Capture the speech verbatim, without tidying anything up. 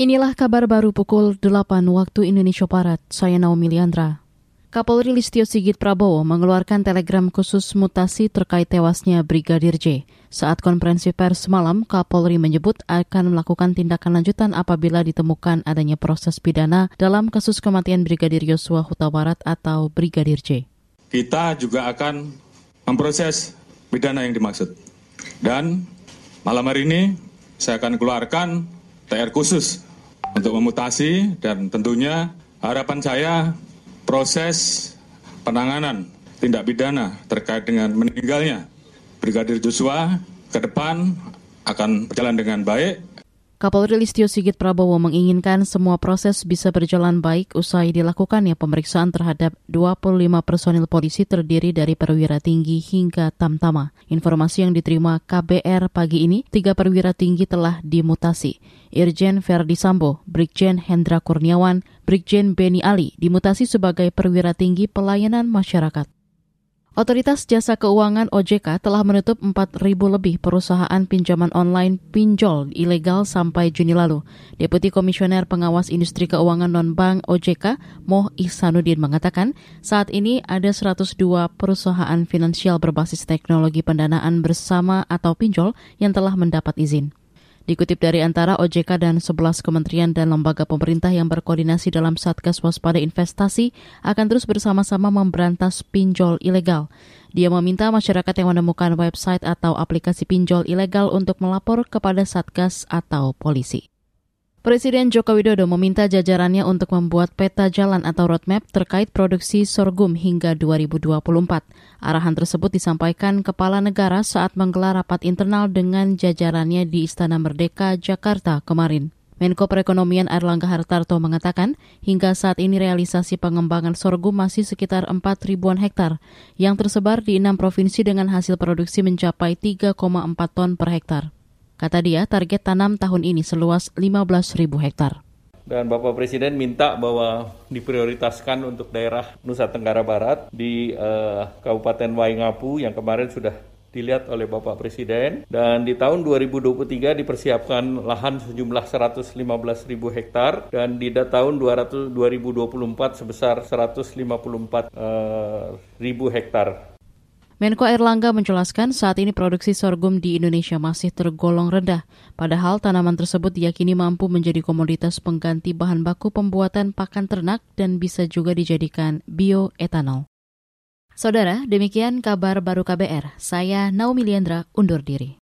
Inilah kabar baru pukul delapan waktu Indonesia Barat. Saya Naomi Liandra. Kapolri Listio Sigit Prabowo mengeluarkan telegram khusus mutasi terkait tewasnya Brigadir J. Saat konferensi pers semalam, Kapolri menyebut akan melakukan tindakan lanjutan apabila ditemukan adanya proses pidana dalam kasus kematian Brigadir Yosua Huta Barat atau Brigadir J. Kita juga akan memproses pidana yang dimaksud. Dan malam hari ini saya akan keluarkan T R khusus untuk memutasi, dan tentunya harapan saya proses penanganan tindak pidana terkait dengan meninggalnya Brigadir Joshua ke depan akan berjalan dengan baik. Kapolri Listio Sigit Prabowo menginginkan semua proses bisa berjalan baik usai dilakukannya pemeriksaan terhadap dua puluh lima personil polisi terdiri dari perwira tinggi hingga tamtama. Informasi yang diterima K B R pagi ini, tiga perwira tinggi telah dimutasi. Irjen Verdi Sambo, Brigjen Hendra Kurniawan, Brigjen Beni Ali dimutasi sebagai perwira tinggi pelayanan masyarakat. Otoritas Jasa Keuangan O J K telah menutup empat ribu lebih perusahaan pinjaman online pinjol ilegal sampai Juni lalu. Deputi Komisioner Pengawas Industri Keuangan Non-Bank O J K, Moh Ihsanuddin mengatakan, saat ini ada seratus dua perusahaan finansial berbasis teknologi pendanaan bersama atau pinjol yang telah mendapat izin. Dikutip dari antara O J K dan sebelas kementerian dan lembaga pemerintah yang berkoordinasi dalam Satgas Waspada Investasi akan terus bersama-sama memberantas pinjol ilegal. Dia meminta masyarakat yang menemukan website atau aplikasi pinjol ilegal untuk melapor kepada Satgas atau polisi. Presiden Joko Widodo meminta jajarannya untuk membuat peta jalan atau roadmap terkait produksi sorghum hingga dua ribu dua puluh empat. Arahan tersebut disampaikan Kepala Negara saat menggelar rapat internal dengan jajarannya di Istana Merdeka, Jakarta kemarin. Menko Perekonomian Airlangga Hartarto mengatakan, hingga saat ini realisasi pengembangan sorghum masih sekitar empat ribuan hektar, yang tersebar di enam provinsi dengan hasil produksi mencapai tiga koma empat ton per hektar. Kata dia, target tanam tahun ini seluas lima belas ribu hektar. Dan Bapak Presiden minta bahwa diprioritaskan untuk daerah Nusa Tenggara Barat di uh, Kabupaten Waingapu yang kemarin sudah dilihat oleh Bapak Presiden. Dan di tahun dua ribu dua puluh tiga dipersiapkan lahan sejumlah seratus lima belas ribu hektar. Dan di tahun dua ribu dua puluh empat sebesar seratus lima puluh empat ribu hektar. Menko Airlangga menjelaskan saat ini produksi sorghum di Indonesia masih tergolong rendah. Padahal tanaman tersebut diyakini mampu menjadi komoditas pengganti bahan baku pembuatan pakan ternak dan bisa juga dijadikan bioetanol. Saudara, demikian kabar baru K B R. Saya Naomi Liandra undur diri.